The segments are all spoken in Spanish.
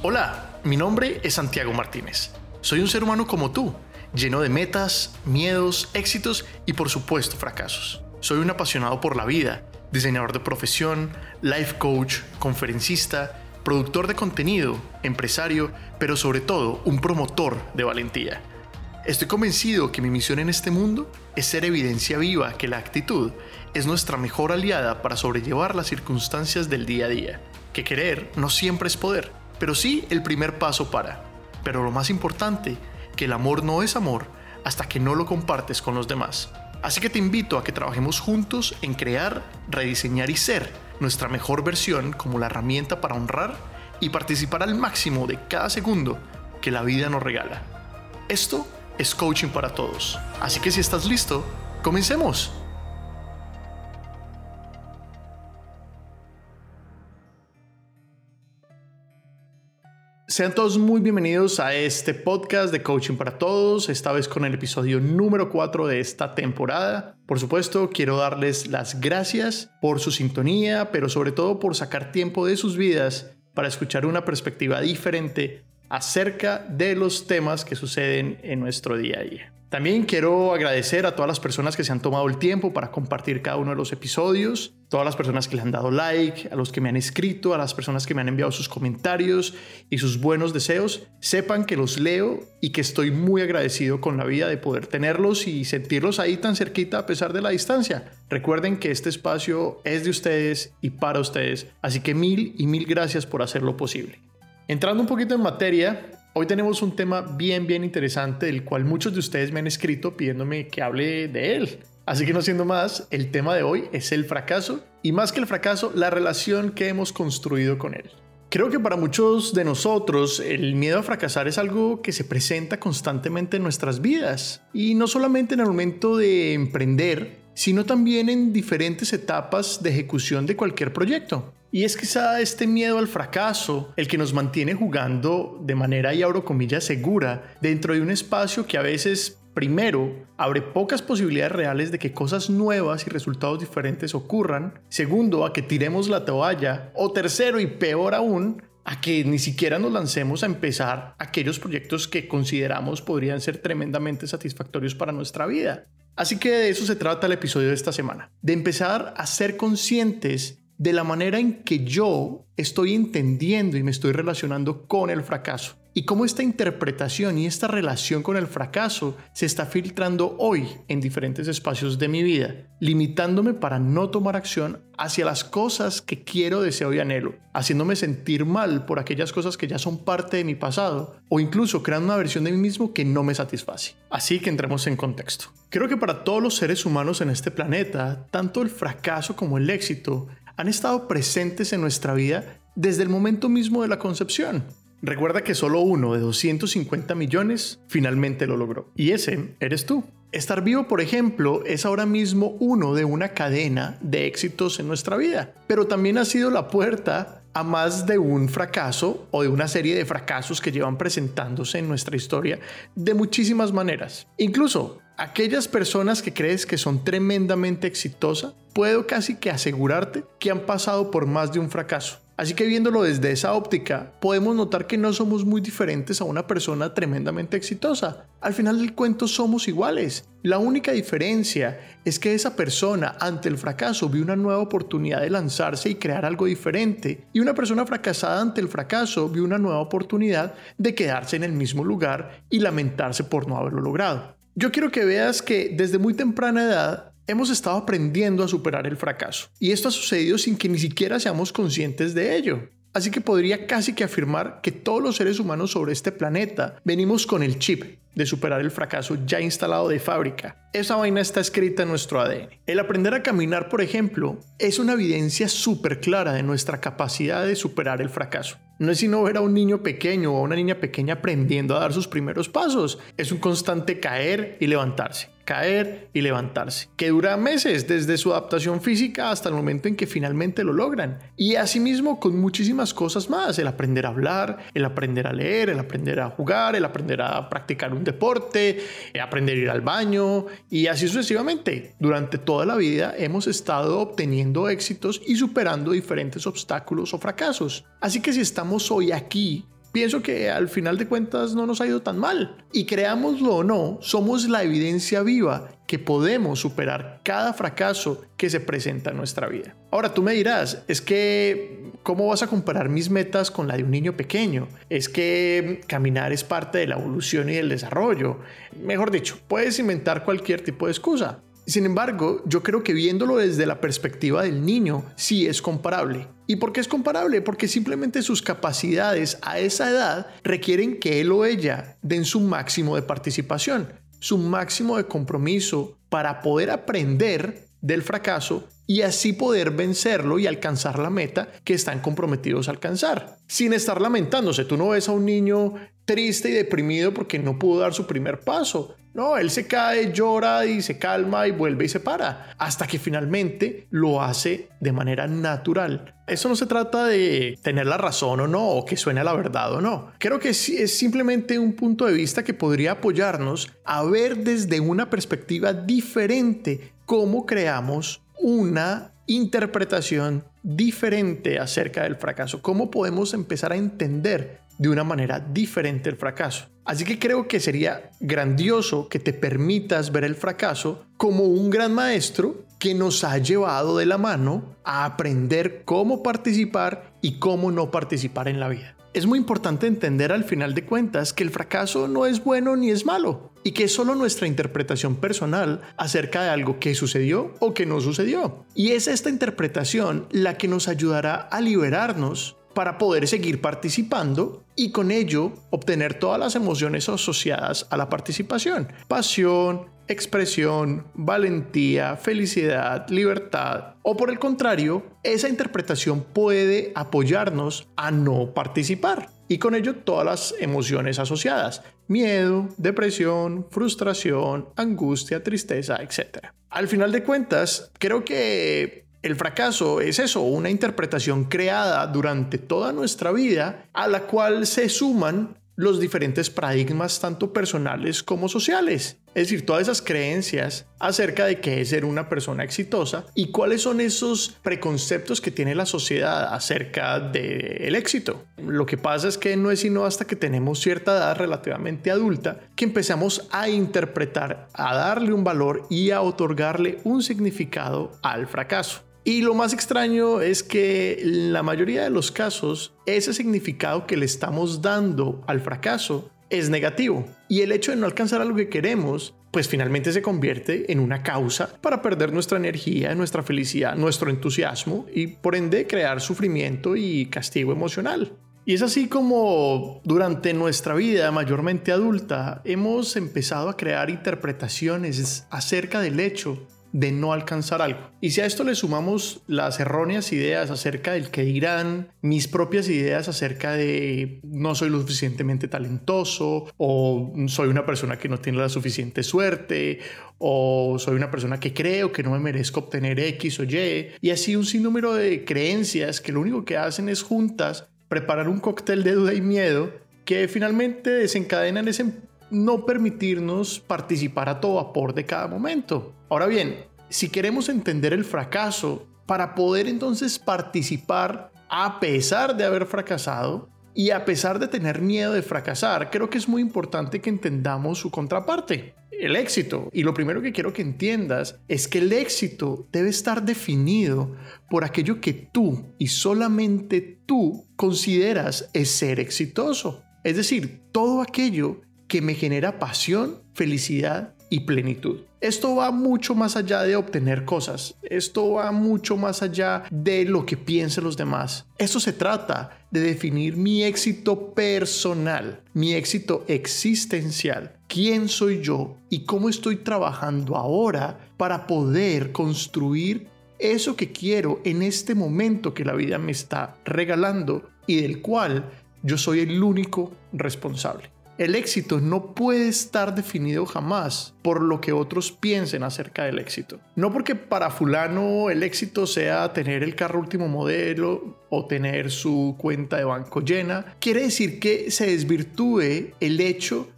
Hola, mi nombre es Santiago Martínez. Soy un ser humano como tú, lleno de metas, miedos, éxitos y por supuesto fracasos. Soy un apasionado por la vida, diseñador de profesión, life coach, conferencista, productor de contenido, empresario, pero sobre todo un promotor de valentía. Estoy convencido que mi misión en este mundo es ser evidencia viva que la actitud es nuestra mejor aliada para sobrellevar las circunstancias del día a día. Que querer no siempre es poder, pero sí el primer paso para. Pero lo más importante, que el amor no es amor hasta que no lo compartes con los demás. Así que te invito a que trabajemos juntos en crear, rediseñar y ser nuestra mejor versión como la herramienta para honrar y participar al máximo de cada segundo que la vida nos regala. Esto es coaching para todos. Así que si estás listo, comencemos. Sean todos muy bienvenidos a este podcast de Coaching para Todos, esta vez con el episodio número 4 de esta temporada. Por supuesto, quiero darles las gracias por su sintonía, pero sobre todo por sacar tiempo de sus vidas para escuchar una perspectiva diferente acerca de los temas que suceden en nuestro día a día. También quiero agradecer a todas las personas que se han tomado el tiempo para compartir cada uno de los episodios, todas las personas que le han dado like, a los que me han escrito, a las personas que me han enviado sus comentarios y sus buenos deseos. Sepan que los leo y que estoy muy agradecido con la vida de poder tenerlos y sentirlos ahí tan cerquita a pesar de la distancia. Recuerden que este espacio es de ustedes y para ustedes, así que mil gracias por hacerlo posible. Entrando un poquito en materia, hoy tenemos un tema bien interesante del cual muchos de ustedes me han escrito pidiéndome que hable de él. Así que no siendo más, el tema de hoy es el fracaso y más que el fracaso, la relación que hemos construido con él. Creo que para muchos de nosotros el miedo a fracasar es algo que se presenta constantemente en nuestras vidas y no solamente en el momento de emprender, sino también en diferentes etapas de ejecución de cualquier proyecto. Y es quizá este miedo al fracaso el que nos mantiene jugando de manera, y abro comillas, segura dentro de un espacio que a veces, primero, abre pocas posibilidades reales de que cosas nuevas y resultados diferentes ocurran. Segundo, a que tiremos la toalla. O tercero, y peor aún, a que ni siquiera nos lancemos a empezar aquellos proyectos que consideramos podrían ser tremendamente satisfactorios para nuestra vida. Así que de eso se trata el episodio de esta semana. De empezar a ser conscientes de la manera en que yo estoy entendiendo y me estoy relacionando con el fracaso y cómo esta interpretación y esta relación con el fracaso se está filtrando hoy en diferentes espacios de mi vida, limitándome para no tomar acción hacia las cosas que quiero, deseo y anhelo, haciéndome sentir mal por aquellas cosas que ya son parte de mi pasado o incluso creando una versión de mí mismo que no me satisface. Así que entremos en contexto. Creo que para todos los seres humanos en este planeta, tanto el fracaso como el éxito han estado presentes en nuestra vida desde el momento mismo de la concepción. Recuerda que solo uno de 250 millones finalmente lo logró. Y ese eres tú. Estar vivo, por ejemplo, es ahora mismo uno de una cadena de éxitos en nuestra vida. Pero también ha sido la puerta a más de un fracaso o de una serie de fracasos que llevan presentándose en nuestra historia de muchísimas maneras. Incluso aquellas personas que crees que son tremendamente exitosas, puedo casi que asegurarte que han pasado por más de un fracaso. Así que viéndolo desde esa óptica, podemos notar que no somos muy diferentes a una persona tremendamente exitosa. Al final del cuento somos iguales. La única diferencia es que esa persona ante el fracaso vio una nueva oportunidad de lanzarse y crear algo diferente. Y una persona fracasada ante el fracaso vio una nueva oportunidad de quedarse en el mismo lugar y lamentarse por no haberlo logrado. Yo quiero que veas que desde muy temprana edad hemos estado aprendiendo a superar el fracaso y esto ha sucedido sin que ni siquiera seamos conscientes de ello. Así que podría casi que afirmar que todos los seres humanos sobre este planeta venimos con el chip de superar el fracaso ya instalado de fábrica. Esa vaina está escrita en nuestro ADN. El aprender a caminar, por ejemplo, es una evidencia súper clara de nuestra capacidad de superar el fracaso. No es sino ver a un niño pequeño o a una niña pequeña aprendiendo a dar sus primeros pasos. Es un constante caer y levantarse, que dura meses desde su adaptación física hasta el momento en que finalmente lo logran. Y asimismo con muchísimas cosas más, el aprender a hablar, el aprender a leer, el aprender a jugar, el aprender a practicar un deporte, aprender a ir al baño y así sucesivamente. Durante toda la vida hemos estado obteniendo éxitos y superando diferentes obstáculos o fracasos. Así que si estamos hoy aquí pienso que al final de cuentas no nos ha ido tan mal. Y creámoslo o no, somos la evidencia viva que podemos superar cada fracaso que se presenta en nuestra vida. Ahora tú me dirás, es que ¿cómo vas a comparar mis metas con la de un niño pequeño? Es que caminar es parte de la evolución y del desarrollo. Mejor dicho, puedes inventar cualquier tipo de excusa. Sin embargo, yo creo que viéndolo desde la perspectiva del niño, sí es comparable. ¿Y por qué es comparable? Porque simplemente sus capacidades a esa edad requieren que él o ella den su máximo de participación, su máximo de compromiso para poder aprender del fracaso y así poder vencerlo y alcanzar la meta que están comprometidos a alcanzar. Sin estar lamentándose, tú no ves a un niño triste y deprimido porque no pudo dar su primer paso. No, él se cae, llora y se calma y vuelve y se para hasta que finalmente lo hace de manera natural. Eso no se trata de tener la razón o no, o que suene a la verdad o no. Creo que sí es simplemente un punto de vista que podría apoyarnos a ver desde una perspectiva diferente cómo creamos una interpretación diferente acerca del fracaso, cómo podemos empezar a entender de una manera diferente el fracaso. Así que creo que sería grandioso que te permitas ver el fracaso como un gran maestro que nos ha llevado de la mano a aprender cómo participar y cómo no participar en la vida. Es muy importante entender al final de cuentas que el fracaso no es bueno ni es malo y que es solo nuestra interpretación personal acerca de algo que sucedió o que no sucedió. Y es esta interpretación la que nos ayudará a liberarnos para poder seguir participando y con ello obtener todas las emociones asociadas a la participación: pasión, expresión, valentía, felicidad, libertad. O por el contrario, esa interpretación puede apoyarnos a no participar y con ello todas las emociones asociadas: miedo, depresión, frustración, angustia, tristeza, etc. Al final de cuentas, creo que el fracaso es eso, una interpretación creada durante toda nuestra vida a la cual se suman los diferentes paradigmas tanto personales como sociales. Es decir, todas esas creencias acerca de qué es ser una persona exitosa y cuáles son esos preconceptos que tiene la sociedad acerca del éxito. Lo que pasa es que no es sino hasta que tenemos cierta edad relativamente adulta que empezamos a interpretar, a darle un valor y a otorgarle un significado al fracaso. Y lo más extraño es que en la mayoría de los casos, ese significado que le estamos dando al fracaso es negativo. Y el hecho de no alcanzar algo que queremos, pues finalmente se convierte en una causa para perder nuestra energía, nuestra felicidad, nuestro entusiasmo y por ende crear sufrimiento y castigo emocional. Y es así como durante nuestra vida mayormente adulta hemos empezado a crear interpretaciones acerca del hecho de no alcanzar algo. Y si a esto le sumamos las erróneas ideas acerca del que dirán, mis propias ideas acerca de no soy lo suficientemente talentoso, o soy una persona que no tiene la suficiente suerte, o soy una persona que creo que no me merezco obtener X o y así un sinnúmero de creencias que lo único que hacen es juntas preparar un cóctel de duda y miedo que finalmente desencadenan ese no permitirnos participar a todo vapor de cada momento. Ahora bien, si queremos entender el fracaso para poder entonces participar a pesar de haber fracasado y a pesar de tener miedo de fracasar, creo que es muy importante que entendamos su contraparte, el éxito. Y lo primero que quiero que entiendas es que el éxito debe estar definido por aquello que tú y solamente tú consideras es ser exitoso. Es decir, todo aquello que me genera pasión, felicidad y plenitud. Esto va mucho más allá de obtener cosas. Esto va mucho más allá de lo que piensen los demás. Esto se trata de definir mi éxito personal, mi éxito existencial. ¿Quién soy yo y cómo estoy trabajando ahora para poder construir eso que quiero en este momento que la vida me está regalando y del cual yo soy el único responsable? El éxito no puede estar definido jamás por lo que otros piensen acerca del éxito. No porque para fulano el éxito sea tener el carro último modelo o tener su cuenta de banco llena, quiere decir que se desvirtúe el hecho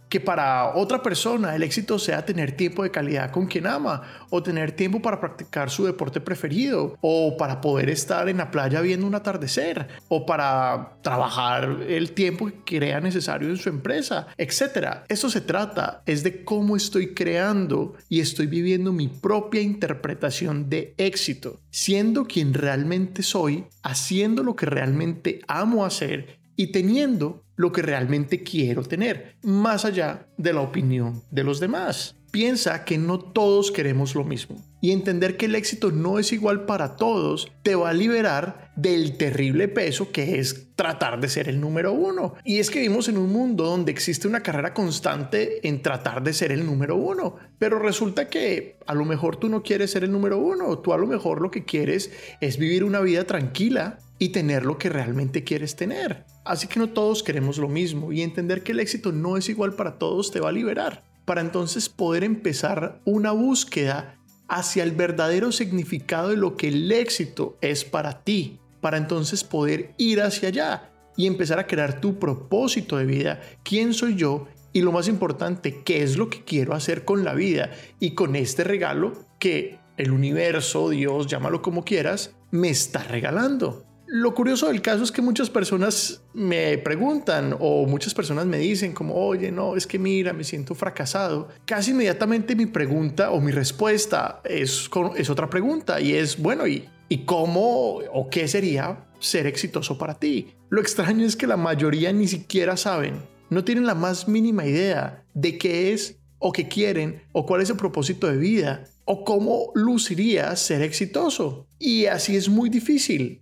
que para otra persona el éxito sea tener tiempo de calidad con quien ama, o tener tiempo para practicar su deporte preferido, o para poder estar en la playa viendo un atardecer, o para trabajar el tiempo que crea necesario en su empresa, etc. Eso se trata, es de cómo estoy creando y estoy viviendo mi propia interpretación de éxito, siendo quien realmente soy, haciendo lo que realmente amo hacer y teniendo lo que realmente quiero tener, más allá de la opinión de los demás. Piensa que no todos queremos lo mismo, y entender que el éxito no es igual para todos te va a liberar del terrible peso que es tratar de ser el número uno. Y es que vivimos en un mundo donde existe una carrera constante en tratar de ser el número uno, pero resulta que a lo mejor tú no quieres ser el número uno, tú a lo mejor lo que quieres es vivir una vida tranquila y tener lo que realmente quieres tener. Así que no todos queremos lo mismo, y entender que el éxito no es igual para todos te va a liberar, para entonces poder empezar una búsqueda hacia el verdadero significado de lo que el éxito es para ti, para entonces poder ir hacia allá y empezar a crear tu propósito de vida, quién soy yo y, lo más importante, qué es lo que quiero hacer con la vida y con este regalo que el universo, Dios, llámalo como quieras, me está regalando. Lo curioso del caso es que muchas personas me preguntan, o muchas personas me dicen como, oye, no, es que mira, me siento fracasado. Casi inmediatamente mi pregunta o mi respuesta es otra pregunta, y es, bueno, ¿y cómo o qué sería ser exitoso para ti? Lo extraño es que la mayoría ni siquiera saben, no tienen la más mínima idea de qué es o qué quieren o cuál es el propósito de vida o cómo luciría ser exitoso. Y así es muy difícil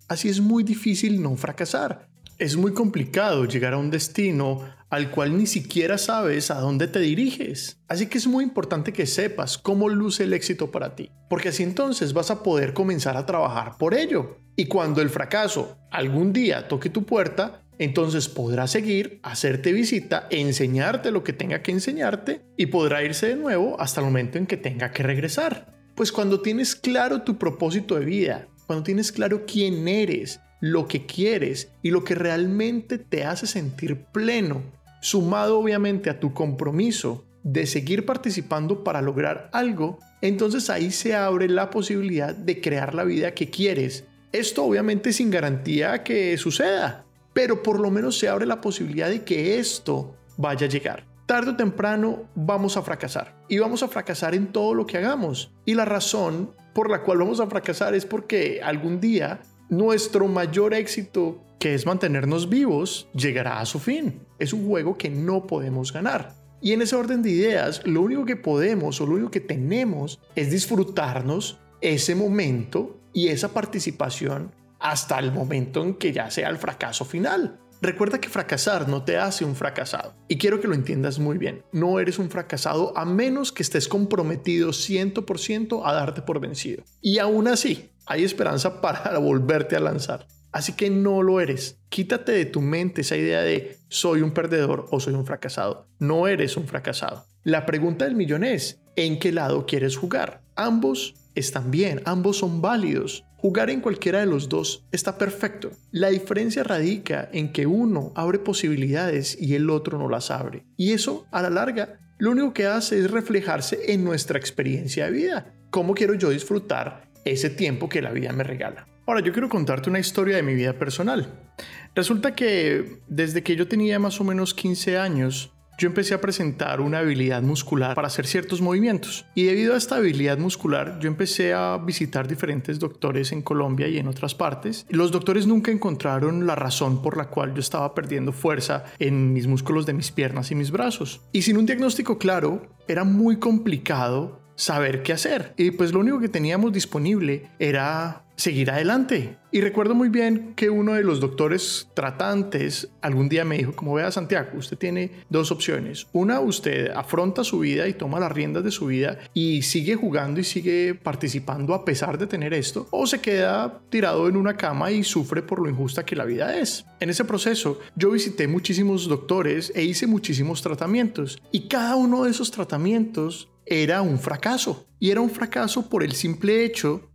no fracasar. Es muy complicado llegar a un destino al cual ni siquiera sabes a dónde te diriges. Así que es muy importante que sepas cómo luce el éxito para ti, porque así entonces vas a poder comenzar a trabajar por ello. Y cuando el fracaso algún día toque tu puerta, entonces podrá seguir, hacerte visita, enseñarte lo que tenga que enseñarte y podrá irse de nuevo hasta el momento en que tenga que regresar. Pues cuando tienes claro tu propósito de vida, cuando tienes claro quién eres, lo que quieres y lo que realmente te hace sentir pleno, sumado obviamente a tu compromiso de seguir participando para lograr algo, entonces ahí se abre la posibilidad de crear la vida que quieres. Esto obviamente sin garantía que suceda, pero por lo menos se abre la posibilidad de que esto vaya a llegar. Tarde o temprano vamos a fracasar, y vamos a fracasar en todo lo que hagamos. Y la razón por la cual vamos a fracasar es porque algún día nuestro mayor éxito, que es mantenernos vivos, llegará a su fin. Es un juego que no podemos ganar. Y en ese orden de ideas, lo único que podemos o lo único que tenemos es disfrutarnos ese momento y esa participación hasta el momento en que ya sea el fracaso final. Recuerda que fracasar no te hace un fracasado, y quiero que lo entiendas muy bien. No eres un fracasado a menos que estés comprometido 100% a darte por vencido. Y aún así, hay esperanza para volverte a lanzar. Así que no lo eres. Quítate de tu mente esa idea de soy un perdedor o soy un fracasado. No eres un fracasado. La pregunta del millón es, ¿en qué lado quieres jugar? Ambos están bien, ambos son válidos. Jugar en cualquiera de los dos está perfecto. La diferencia radica en que uno abre posibilidades y el otro no las abre. Y eso, a la larga, lo único que hace es reflejarse en nuestra experiencia de vida. ¿Cómo quiero yo disfrutar ese tiempo que la vida me regala? Ahora, yo quiero contarte una historia de mi vida personal. Resulta que desde que yo tenía más o menos 15 años, yo empecé a presentar una habilidad muscular para hacer ciertos movimientos. Y debido a esta habilidad muscular, yo empecé a visitar diferentes doctores en Colombia y en otras partes. Los doctores nunca encontraron la razón por la cual yo estaba perdiendo fuerza en mis músculos de mis piernas y mis brazos. Y sin un diagnóstico claro, era muy complicado saber qué hacer. Y pues lo único que teníamos disponible era seguir adelante. Y recuerdo muy bien que uno de los doctores tratantes algún día me dijo, como vea Santiago, usted tiene dos opciones. Una, usted afronta su vida y toma las riendas de su vida y sigue jugando y sigue participando a pesar de tener esto, o se queda tirado en una cama y sufre por lo injusta que la vida es. En ese proceso yo visité muchísimos doctores e hice muchísimos tratamientos, y cada uno de esos tratamientos era un fracaso. Y era un fracaso por el simple hecho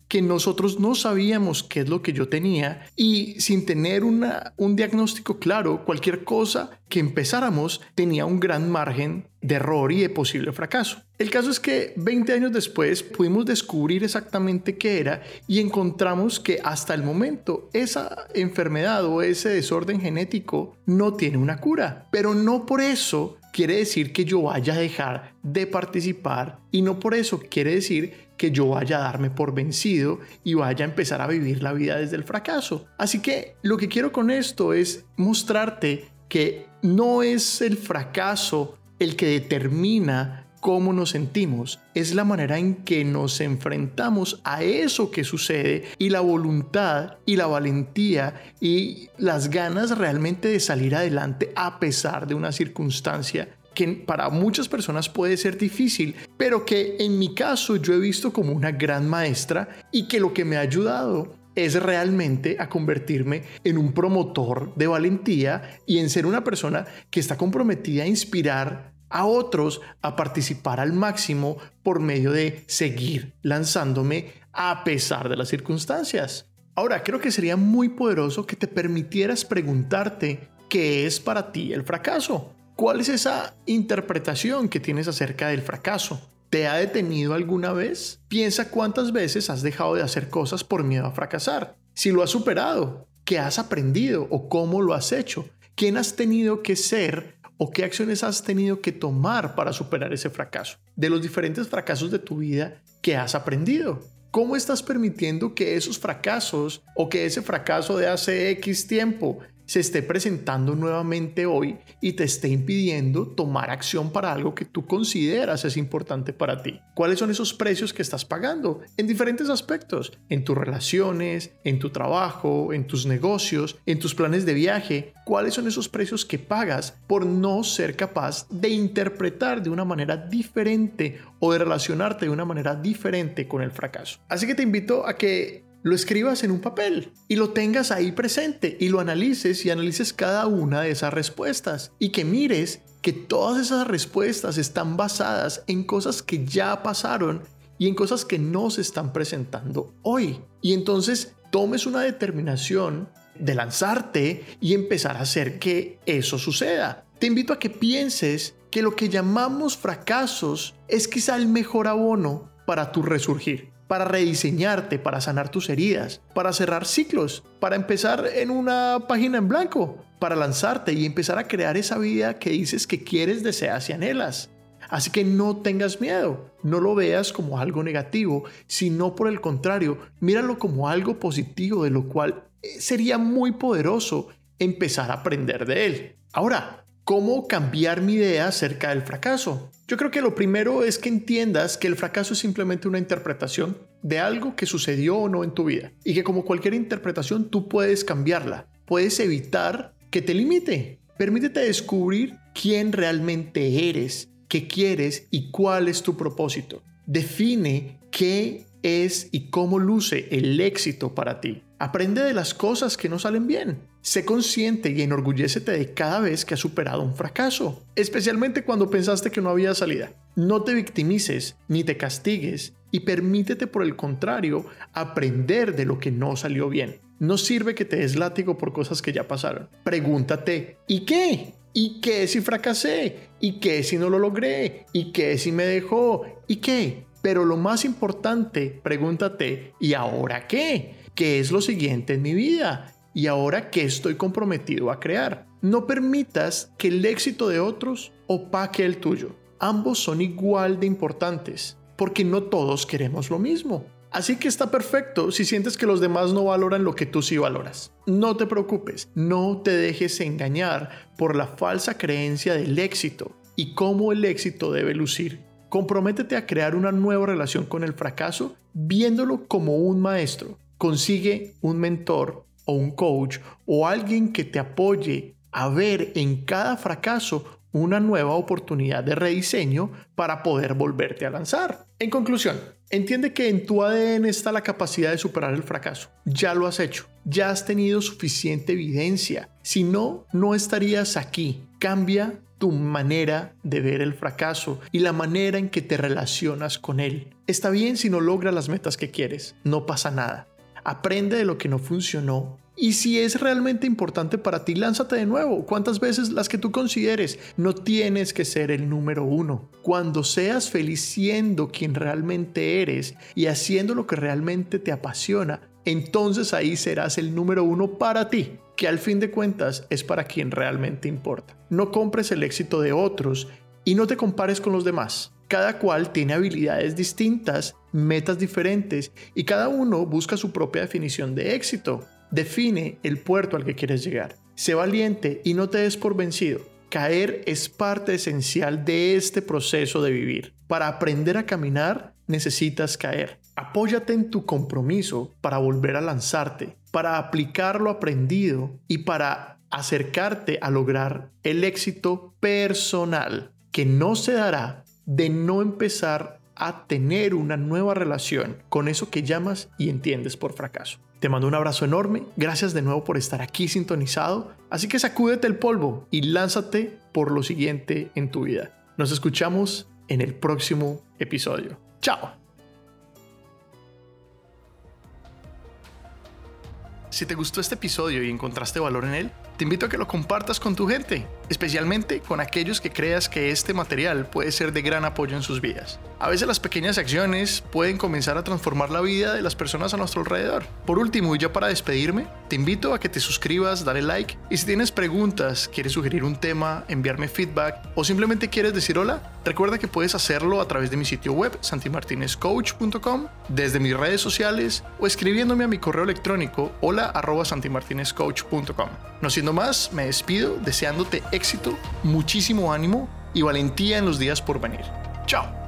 que nosotros no sabíamos qué es lo que yo tenía y sin tener un diagnóstico claro, cualquier cosa que empezáramos tenía un gran margen de error y de posible fracaso. El caso es que 20 años después pudimos descubrir exactamente qué era y encontramos que hasta el momento esa enfermedad o ese desorden genético no tiene una cura, pero no por eso quiere decir que yo vaya a dejar de participar y no por eso quiere decir que yo vaya a darme por vencido y vaya a empezar a vivir la vida desde el fracaso. Así que lo que quiero con esto es mostrarte que no es el fracaso el que determina cómo nos sentimos, es la manera en que nos enfrentamos a eso que sucede y la voluntad y la valentía y las ganas realmente de salir adelante a pesar de una circunstancia que para muchas personas puede ser difícil, pero que en mi caso yo he visto como una gran maestra y que lo que me ha ayudado es realmente a convertirme en un promotor de valentía y en ser una persona que está comprometida a inspirar a otros a participar al máximo por medio de seguir lanzándome a pesar de las circunstancias. Ahora, creo que sería muy poderoso que te permitieras preguntarte qué es para ti el fracaso. ¿Cuál es esa interpretación que tienes acerca del fracaso? ¿Te ha detenido alguna vez? Piensa cuántas veces has dejado de hacer cosas por miedo a fracasar. Si lo has superado, ¿qué has aprendido o cómo lo has hecho? ¿Quién has tenido que ser o qué acciones has tenido que tomar para superar ese fracaso? De los diferentes fracasos de tu vida, ¿qué has aprendido? ¿Cómo estás permitiendo que esos fracasos o que ese fracaso de hace X tiempo se esté presentando nuevamente hoy y te esté impidiendo tomar acción para algo que tú consideras es importante para ti? ¿Cuáles son esos precios que estás pagando en diferentes aspectos? En tus relaciones, en tu trabajo, en tus negocios, en tus planes de viaje. ¿Cuáles son esos precios que pagas por no ser capaz de interpretar de una manera diferente o de relacionarte de una manera diferente con el fracaso? Así que te invito a que lo escribas en un papel y lo tengas ahí presente y lo analices y analices cada una de esas respuestas y que mires que todas esas respuestas están basadas en cosas que ya pasaron y en cosas que no se están presentando hoy. Y entonces tomes una determinación de lanzarte y empezar a hacer que eso suceda. Te invito a que pienses que lo que llamamos fracasos es quizá el mejor abono para tu resurgir, para rediseñarte, para sanar tus heridas, para cerrar ciclos, para empezar en una página en blanco, para lanzarte y empezar a crear esa vida que dices que quieres, deseas y anhelas. Así que no tengas miedo, no lo veas como algo negativo, sino por el contrario, míralo como algo positivo de lo cual sería muy poderoso empezar a aprender de él. Ahora, ¿cómo cambiar mi idea acerca del fracaso? Yo creo que lo primero es que entiendas que el fracaso es simplemente una interpretación de algo que sucedió o no en tu vida y que como cualquier interpretación tú puedes cambiarla, puedes evitar que te limite. Permítete descubrir quién realmente eres, qué quieres y cuál es tu propósito. Define qué es y cómo luce el éxito para ti. Aprende de las cosas que no salen bien. Sé consciente y enorgullécete de cada vez que has superado un fracaso, especialmente cuando pensaste que no había salida. No te victimices ni te castigues y permítete, por el contrario, aprender de lo que no salió bien. No sirve que te des látigo por cosas que ya pasaron. Pregúntate, ¿y qué? ¿Y qué si fracasé? ¿Y qué si no lo logré? ¿Y qué si me dejó? ¿Y qué? Pero lo más importante, pregúntate, ¿y ahora qué? ¿Qué es lo siguiente en mi vida? ¿Y ahora qué estoy comprometido a crear? No permitas que el éxito de otros opaque el tuyo. Ambos son igual de importantes, porque no todos queremos lo mismo. Así que está perfecto si sientes que los demás no valoran lo que tú sí valoras. No te preocupes, no te dejes engañar por la falsa creencia del éxito y cómo el éxito debe lucir. Comprométete a crear una nueva relación con el fracaso viéndolo como un maestro. Consigue un mentor o un coach o alguien que te apoye a ver en cada fracaso una nueva oportunidad de rediseño para poder volverte a lanzar. En conclusión, entiende que en tu ADN está la capacidad de superar el fracaso. Ya lo has hecho, ya has tenido suficiente evidencia. Si no, no estarías aquí. Cambia tu manera de ver el fracaso y la manera en que te relacionas con él. Está bien si no logras las metas que quieres, no pasa nada. Aprende de lo que no funcionó y si es realmente importante para ti, lánzate de nuevo, cuantas veces las que tú consideres. No tienes que ser el número uno. Cuando seas feliz siendo quien realmente eres y haciendo lo que realmente te apasiona, entonces ahí serás el número uno para ti, que al fin de cuentas es para quien realmente importa. No compres el éxito de otros y no te compares con los demás. Cada cual tiene habilidades distintas, metas diferentes y cada uno busca su propia definición de éxito. Define el puerto al que quieres llegar. Sé valiente y no te des por vencido. Caer es parte esencial de este proceso de vivir. Para aprender a caminar, necesitas caer. Apóyate en tu compromiso para volver a lanzarte, para aplicar lo aprendido y para acercarte a lograr el éxito personal, que no se dará de no empezar a tener una nueva relación con eso que llamas y entiendes por fracaso. Te mando un abrazo enorme, gracias de nuevo por estar aquí sintonizado, así que sacúdete el polvo y lánzate por lo siguiente en tu vida. Nos escuchamos en el próximo episodio. ¡Chao! Si te gustó este episodio y encontraste valor en él, te invito a que lo compartas con tu gente, especialmente con aquellos que creas que este material puede ser de gran apoyo en sus vidas. A veces las pequeñas acciones pueden comenzar a transformar la vida de las personas a nuestro alrededor. Por último, y ya para despedirme, te invito a que te suscribas, dale like y si tienes preguntas, quieres sugerir un tema, enviarme feedback o simplemente quieres decir hola, recuerda que puedes hacerlo a través de mi sitio web santimartinezcoach.com, desde mis redes sociales o escribiéndome a mi correo electrónico hola@santimartinezcoach.com. No siendo más, me despido deseándote éxito, muchísimo ánimo y valentía en los días por venir. ¡Chao!